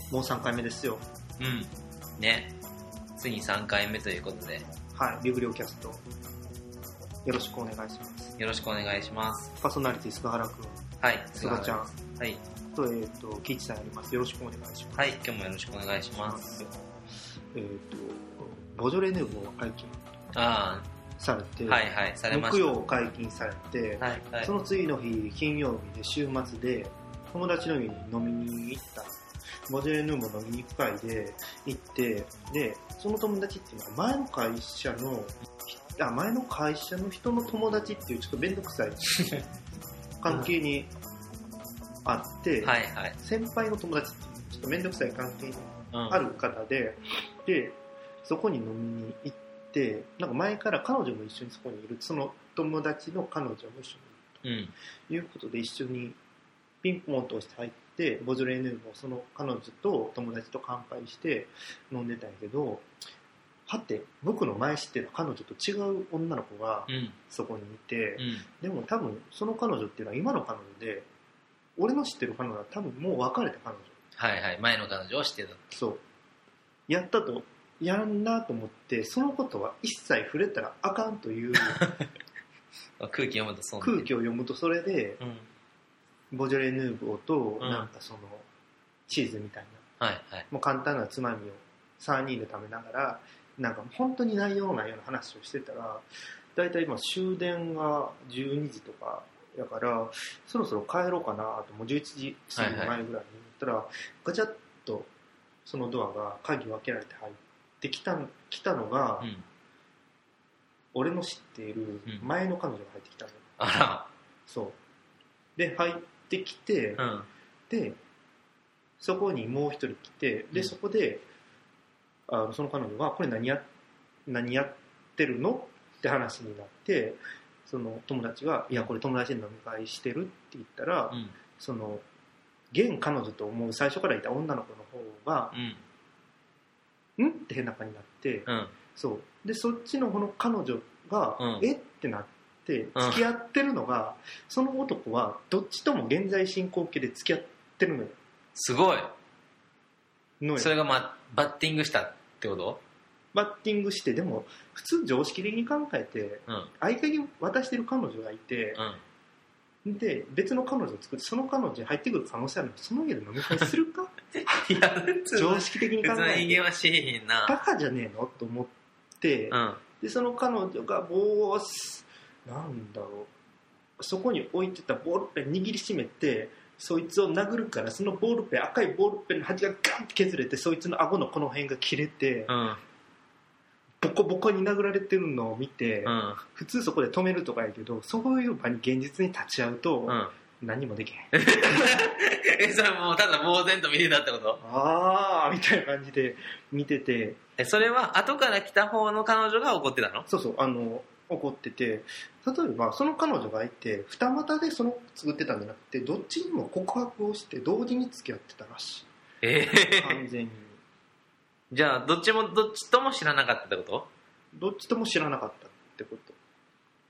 もう3回目ですよ。 うんね、次3回目ということで、 はい、ビブリオキャストよろしくお願いします。 よろしくお願いします。 パーソナリティ菅原くん、 はい、 菅ちゃん、 はい、 とキイチさんやります。よろしくお願いします。 はい、今日もよろしくお願いします。 ボジョレ・ヌーボーが解禁されて、 はいはい、されました。 木曜解禁されて、 はいはい、 その次の日金曜日で週末で友達の家に飲みに行った。ボジョレ・ヌーボー飲みに行く会で行って、でその友達っていうのは前の会社の人の友達っていうちょっと面倒くさい関係にあって、 はいはい、 先輩の友達っていうちょっと面倒くさい関係にある方で、でそこに飲みに行って、なんか前から彼女も一緒にそこにいる、その友達の彼女も一緒にいるということで、一緒にピンポンと押して入って、ボジョレ・ヌーボーその彼女と友達と乾杯して飲んでたんやけど、はて僕の前知ってた彼女と違う女の子がそこにいて、でも多分その彼女っていうのは今の彼女で、俺の知ってる彼女は多分もう別れた彼女、 はいはい、前の彼女を知ってた。 そうやらんなと思って、そのことは一切触れたらあかんという空気を読むとそれで、ボジョレ・ヌーボーとなんかそのチーズみたいな、はいはい、もう簡単なつまみを3人で食べながら、なんか本当に内容のないような話をしてたら、だいたい今終電が12時とかだから、そろそろ帰ろうかなと、もう11時過ぎの前ぐらいに言ったら、ガチャッとそのドアが鍵を開けられて入ってきたのが、俺の知っている前の彼女が入ってきたの、 あら、 そうで入ってきて、でそこにもう一人来て、でそこでその彼女がこれ何やってるのって話になって、その友達がいやこれ友達で飲み会してるって言ったら、その現彼女と思う最初からいた女の子の方がんって変な感じになって、そうでそっちのこの彼女が、えってなって付き合ってるのが、その男はどっちとも現在進行形で付き合ってるのよ。 すごいそれが、バッティングしたってこと？ バッティングして、でも普通常識的に考えて、相手に渡してる彼女がいて、で別の彼女を作って、その彼女に入ってくる可能性あるのにその家で飲み会するかいや常識的に考えて人間はしへんな、 バカじゃねえのと思って、でその彼女がなんだろう、そこに置いてたボールペン握りしめてそいつを殴るから、そのボールペン、赤いボールペンの端がガンって削れて、そいつの顎のこの辺が切れて、ボコボコに殴られてるのを見て、普通そこで止めるとかやけど、そういう場に現実に立ち会うと、何もできへんそれもうただ呆然と見てたってこと？ あーみたいな感じで見てて、 それは後から来た方の彼女が怒ってたの？ そうそう、怒ってて、例えばその彼女がいて二股でその作ってたんじゃなくて、どっちにも告白をして同時に付き合ってたらしい、完全に。 じゃあどっちとも知らなかったってこと？ どっちとも知らなかったってこと。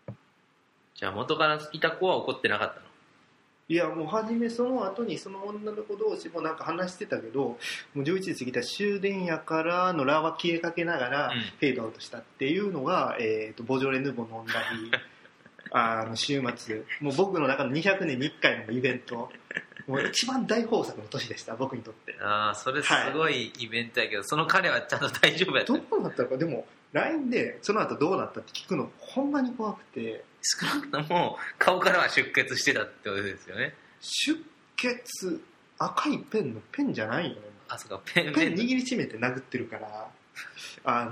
じゃあ元からいた子は怒ってなかったの？ いやもう初めその後にその女の子同士もなんか話してたけど、もう11時過ぎた終電やからのラは消えかけながらフェードアウトしたっていうのが、ボジョレ・ヌーボー飲んだ日週末、もう僕の中の200年に1回のイベント、もう一番大豊作の年でした、僕にとって。 それすごいイベントやけど、その彼はちゃんと大丈夫やった？ どうなったのか。でも LINE でその後どうなったって聞くのほんまに怖くて、 少なくとも顔からは出血してたってことですよね。 出血、赤いペンのペンじゃないよね。 そうか、 ペン握りしめて殴ってるから、あ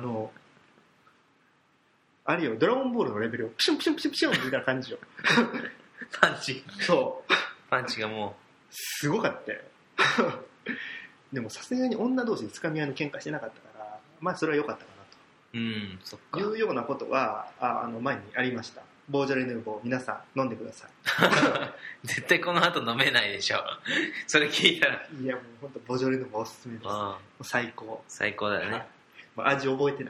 れよ、ドラゴンボールのレベルをピシュンピシュンピシュンピシュンみたいな感じよパンチ、 そうパンチがもうすごかったよでもさすがに女同士でつかみ合いの喧嘩してなかったから、それは良かったかなと、 そっか、 いうようなことは前にありました。ボージョレ・ヌーボー皆さん飲んでください絶対この後飲めないでしょそれ聞いたら。 いやもう本当ボージョレ・ヌーボーおすすめです。もう最高だよね、 味覚えてない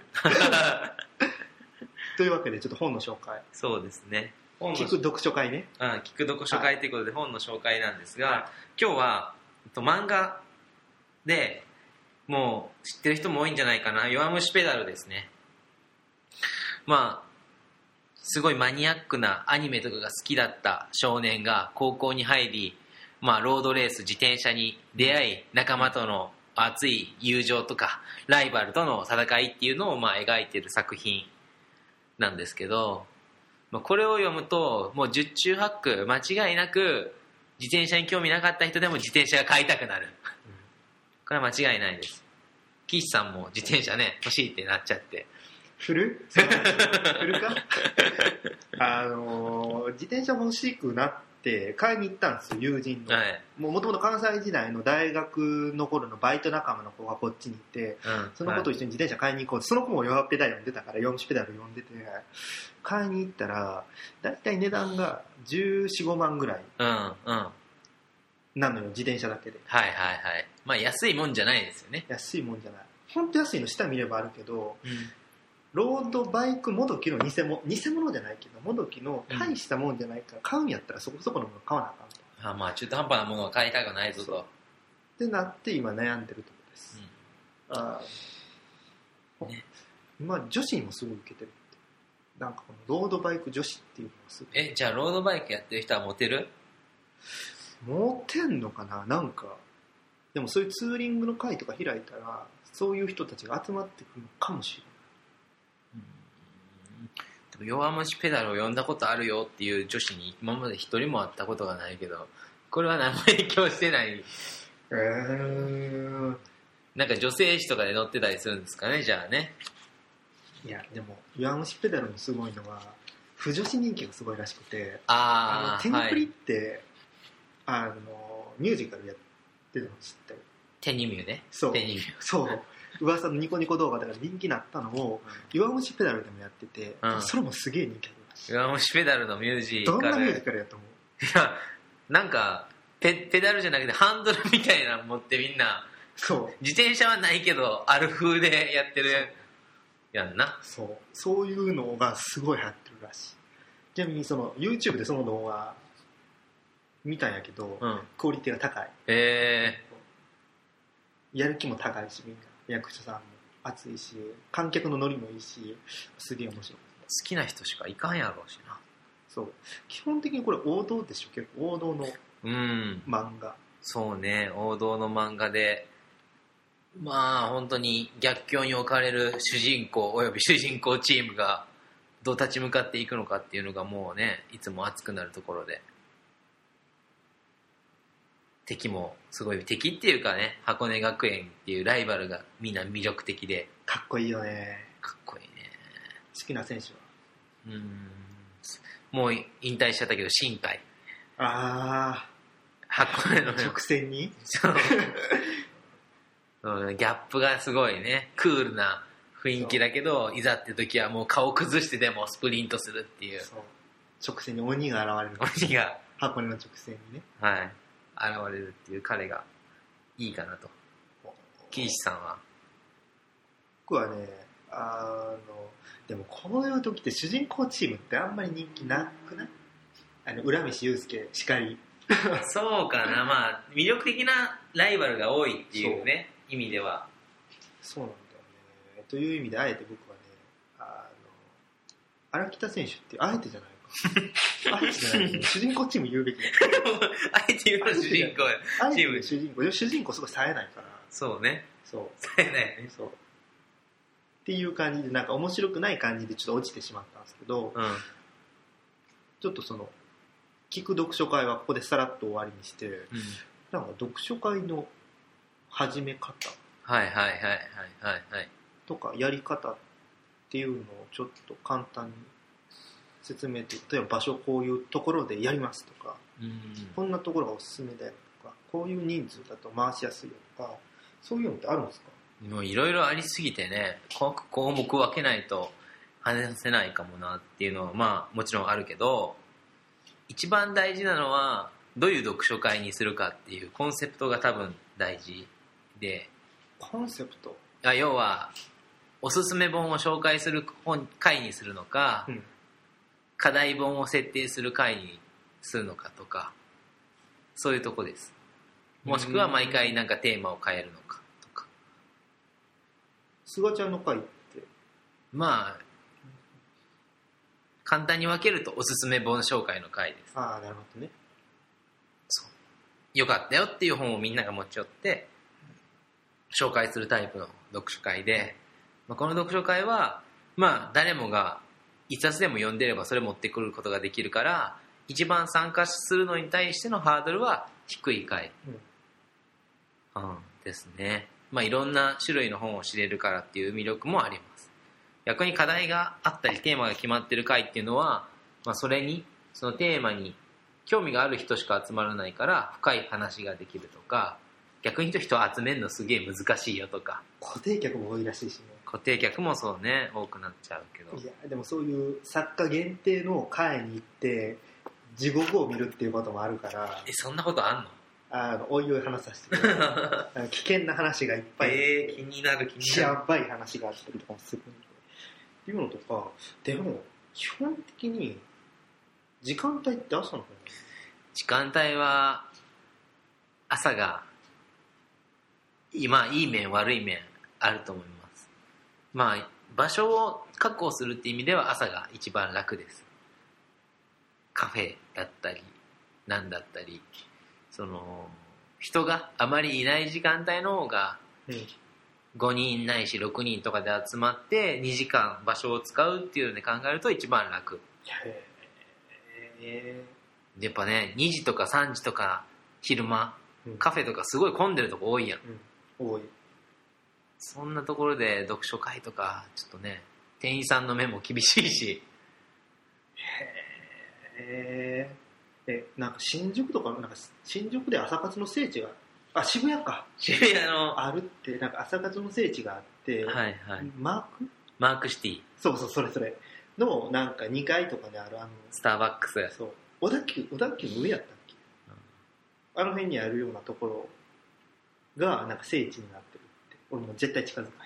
というわけでちょっと本の紹介。 そうですね、 聞く読書会ね。 聞く読書会ということで本の紹介なんですが、今日は漫画でもう知ってる人も多いんじゃないかな。弱虫ペダルですね。まあすごいマニアックなアニメとかが好きだった少年が高校に入り、まあ、ロードレース自転車に出会い、仲間との熱い友情とかライバルとの戦いっていうのをまあ描いている作品なんですけど、まあ、これを読むともう十中八九間違いなく自転車に興味なかった人でも自転車が買いたくなる、これは間違いないです。岸さんも自転車ね欲しいってなっちゃって振るか自転車欲しくなって買いに行ったんですよ、友人の。もともと関西時代の大学の頃のバイト仲間の子がこっちにいて、その子と一緒に自転車買いに行こうって、その子も弱ペダル読んでたから弱ペダル読んでて買いに行ったらだいたい値段が14、15万ぐらいなのよ、自転車だけで。 はいはいはい。まあ安いもんじゃないですよね。 安いもんじゃない。本当安いの下見ればあるけど、ロードバイクもどきの偽物じゃないけどもどきの大したもんじゃないから、買うんやったらそこそこのもの買わなあかんと。 まあ中途半端なものは買いたくないぞと。 ってなって今悩んでるところです。今女子にもすごい受けてるって。なんかこのロードバイク女子っていうのがすごい。 じゃあロードバイクやってる人はモテる？ モテんのかな。なんかでもそういうツーリングの会とか開いたらそういう人たちが集まってくるのかもしれない。 でも弱虫ペダルを読んだことあるよっていう女子に今まで一人も会ったことがないけど、これは何も影響してない。なんか女性誌とかで載ってたりするんですかね、じゃあね。 いやでも弱虫ペダルのすごいのは腐女子人気がすごいらしくて、テニプリって、はい、ミュージカルやってるの知ってる？ テニミューね。 そうテニミュー。 そう噂のニコニコ動画だから人気になったのを弱虫ペダルでもやってて、それもすげえ人気ありました。 弱虫ペダルのミュージカル。 どんなミュージカルやと思う？ いやなんかペダルじゃなくてハンドルみたいなの持ってみんな、 そう自転車はないけどある風でやってるやんな。 そういうのがすごい流行ってるらしい。ちなみにその YouTube でその動画見たんやけど、クオリティが高い。やる気も高いし、みんな役者さんも熱いし観客のノリもいいしすげえ面白い。 好きな人しかいかんやろうしな。 そう基本的にこれ王道でしょ。結構王道の漫画。 そうね、王道の漫画でまあ本当に逆境に置かれる主人公および主人公チームがどう立ち向かっていくのかっていうのがもうねいつも熱くなるところで、敵もすごい敵っていうかね、箱根学園っていうライバルがみんな魅力的でかっこいいよね。 かっこいいね。 好きな選手はもう引退しちゃったけど新海。箱根の直線にギャップがすごいね。クールな雰囲気だけどいざって時はもう顔崩してでもスプリントするっていう。 直線に鬼が現れる。 鬼が箱根の直線にね、 はい現れるっていう彼がいいかなと。岸さんは？ 僕はねでもこういう時って主人公チームってあんまり人気なくない？浦飯祐介しかりそうかな。まあ魅力的なライバルが多いっていうね意味ではそうなんだよね。という意味であえて僕はね荒北選手ってあえてじゃないあえてじゃない主人公チーム言うべきだあえて言うの主人公チーム主人公すごい冴えないから。 そうね。 そう冴えないね。 そうっていう感じでなんか面白くない感じでちょっと落ちてしまったんですけど、ちょっとその聞く読書会はここでさらっと終わりにして、なんか読書会の始め方とかやり方っていうのをちょっと簡単に説明で、例えば場所こういうところでやりますとか、こんなところがおすすめだよとか、こういう人数だと回しやすいよとか、そういうのってあるんですか？ もういろいろありすぎてね、項目分けないと話せないかもなっていうのはまあもちろんあるけど、一番大事なのはどういう読書会にするかっていうコンセプトが多分大事で。 コンセプト？ 要はおすすめ本を紹介する会にするのか、課題本を設定する会にするのかとか、そういうとこです。もしくは毎回なんかテーマを変えるのかとか。 菅ちゃんの会ってまあ簡単に分けるとおすすめ本紹介の会です。 ああ、なるほどね。 そうよかったよっていう本をみんなが持ち寄って紹介するタイプの読書会で、この読書会は誰もが一冊でも読んでればそれ持ってくることができるから、一番参加するのに対してのハードルは低い回、ですね。いろんな種類の本を知れるからっていう魅力もあります。逆に課題があったりテーマが決まってる回っていうのは、そのテーマに興味がある人しか集まらないから深い話ができるとか、逆に人を集めるのすげえ難しいよとか。 固定客も多いらしいしね。 固定客もそうね、多くなっちゃうけど。 いやでもそういう作家限定の会に行って地獄を見るっていうこともあるから。 そんなことあんの？ おいおい話させてくれる危険な話がいっぱい、 気になるやばい話があったりとかもするっていうのとか。でも基本的に時間帯って朝の方？ 時間帯は朝が今いい面悪い面あると思います。場所を確保するっていう意味では朝が一番楽です。カフェだったりなんだったり、人があまりいない時間帯の方が、5人ないし6人とかで集まって2時間場所を使うっていうので考えると一番楽。やっぱね、2時とか3時とか昼間、カフェとかすごい混んでるとこ多いやん、 多い。 そんなところで読書会とかちょっとね、店員さんの目も厳しいし。 なんか新宿とか、なんか新宿で朝活の聖地が、渋谷か、 渋谷のあるって。なんか朝活の聖地があって、マークシティ、 そうそれのなんか2階とかにあるスターバックス、 そう小田急の上やったっけ、あの辺にあるようなところがなんか聖地になってるって。俺も絶対近づか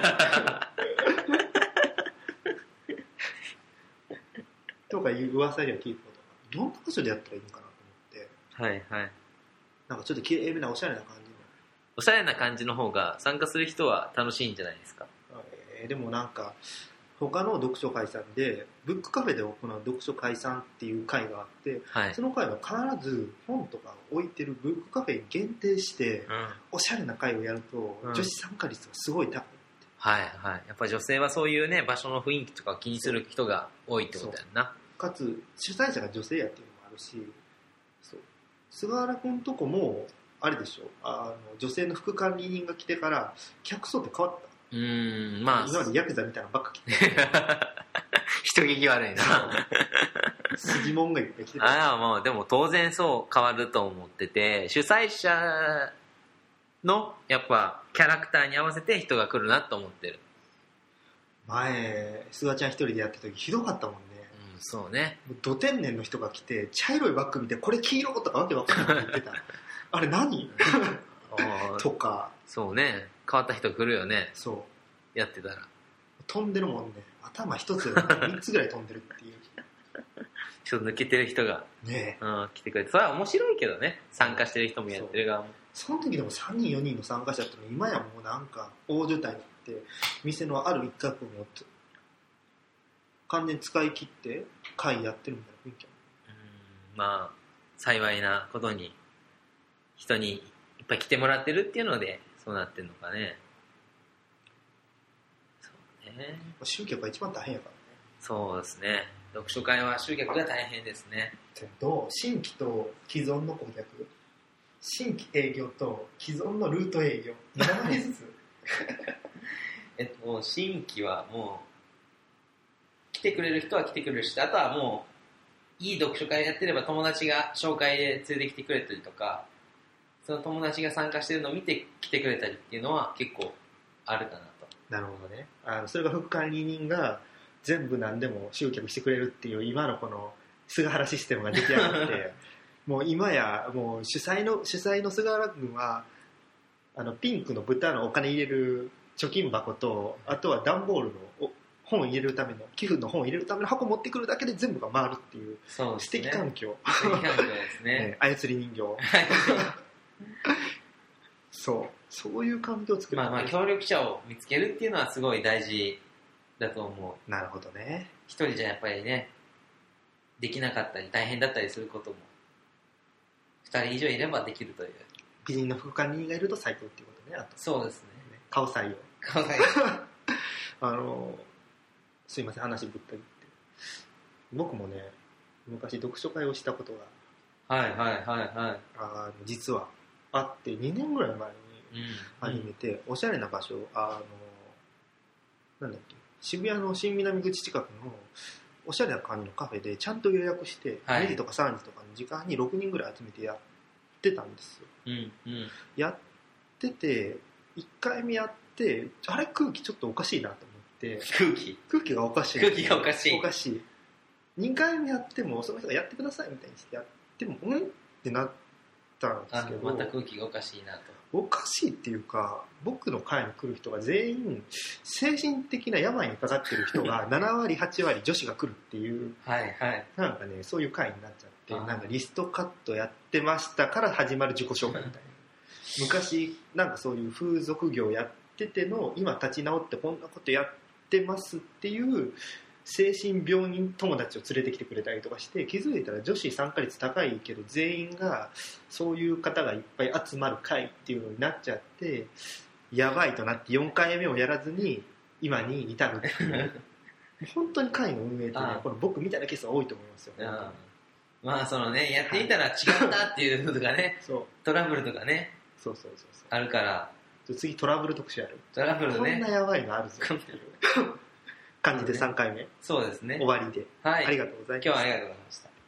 ないとかいう噂には聞いたことが、どんな場所でやったらいいのかなと思って。なんかちょっときれいなおしゃれな感じの、 おしゃれな感じの方が参加する人は楽しいんじゃないですか。 でもなんか他の読書会さんでブックカフェで行う読書会さんっていう会があって、その会は必ず本とか置いてるブックカフェに限定して、おしゃれな会をやると、女子参加率がすごい高い。やっぱ女性はそういうね、場所の雰囲気とか気にする人が多いってことやんな。 かつ主催者が女性やっていうのもあるし、菅原君とこもあれでしょ、女性の副管理人が来てから客層って変わった？今までヤクザみたいなのばっか来て人聞き悪いな筋もんがいっぱい来てた。 でも当然そう変わると思ってて、主催者のやっぱキャラクターに合わせて人が来るなと思ってる。 前菅ちゃん一人でやった時ひどかったもんね。 そうね、 ド天然の人が来て茶色いバッグ見てこれ黄色とかわけわかんないって言ってたあれ何とか。 そうね、変わった人来るよね。 そうやってたら飛んでるもんね。頭一つで3つぐらい飛んでるっていうちょっと抜けてる人が、 ね、 来てくれて、それは面白いけどね、参加してる人もやってる側も。 その時でも3人4人の参加者っての今やもうなんか大所帯になって店のある一角を完全に使い切って会やってるみたいな雰囲気。 幸いなことに人にいっぱい来てもらってるっていうのでそうなってるのかね。そうね、 集客が一番大変やからね。 そうですね、読書会は集客が大変ですね。 新規と既存の顧客、新規営業と既存のルート営業7割ずつ新規はもう来てくれる人は来てくれるし、あとはもういい読書会やってれば友達が紹介で連れてきてくれたりとか、その友達が参加してるのを見て来てくれたりっていうのは結構あるかなと。 なるほどね。それが副管理人が全部何でも集客してくれるっていう今のこの菅原システムが出来上がってもう今やもう主催の菅原君はピンクの豚のお金入れる貯金箱と、あとは段ボールの本を入れるための寄付の本を入れるための箱を持ってくるだけで全部が回るっていう素敵環境。 素敵環境ですね操り人形そういう環境を作る。 まあ協力者を見つけるっていうのはすごい大事だと思う。なるほどね。 一人じゃやっぱりね、できなかったり大変だったりすることも2人以上いればできるという。 美人の副管理がいると最高っていうことね。あとそうですね。 顔採用。すいません、話ぶったりって。僕もね、昔読書会をしたことが実はあって、2年ぐらい前に始めて、おしゃれな場所、なんだっけ、渋谷の新南口近くのおしゃれな感じのカフェでちゃんと予約して、2時とか3時とかの時間に6人ぐらい集めてやってたんですよ。やってて、1回目やって、あれ空気ちょっとおかしいなと思って。空気がおかしい。おかしい。2回目やっても、その人がやってくださいみたいにしてやっても、ってなったんですけど。 また空気がおかしいなと。 おかしいっていうか、僕の会に来る人が全員、精神的な病にかかってる人が7割、8割女子が来るっていう、なんかね、そういう会になっちゃって、なんかリストカットやってましたから始まる自己紹介みたいな。昔、なんかそういう風俗業やってての、今立ち直ってこんなことやってますっていう、精神病人友達を連れてきてくれたりとかして、気づいたら女子参加率高いけど全員がそういう方がいっぱい集まる会っていうのになっちゃって、やばいとなって4回目をやらずに今に至るっていう本当に会の運営ってね、この僕みたいなケースが多いと思いますよ。 まあそのね、やってみたら違ったっていうのとかね、トラブルとかね、あるから、 次トラブル特集やる。 トラブルね、 こんなやばいのあるぞっていう感じで3回目、 そうですね、 終わりで、ありがとうございました。 今日はありがとうございました。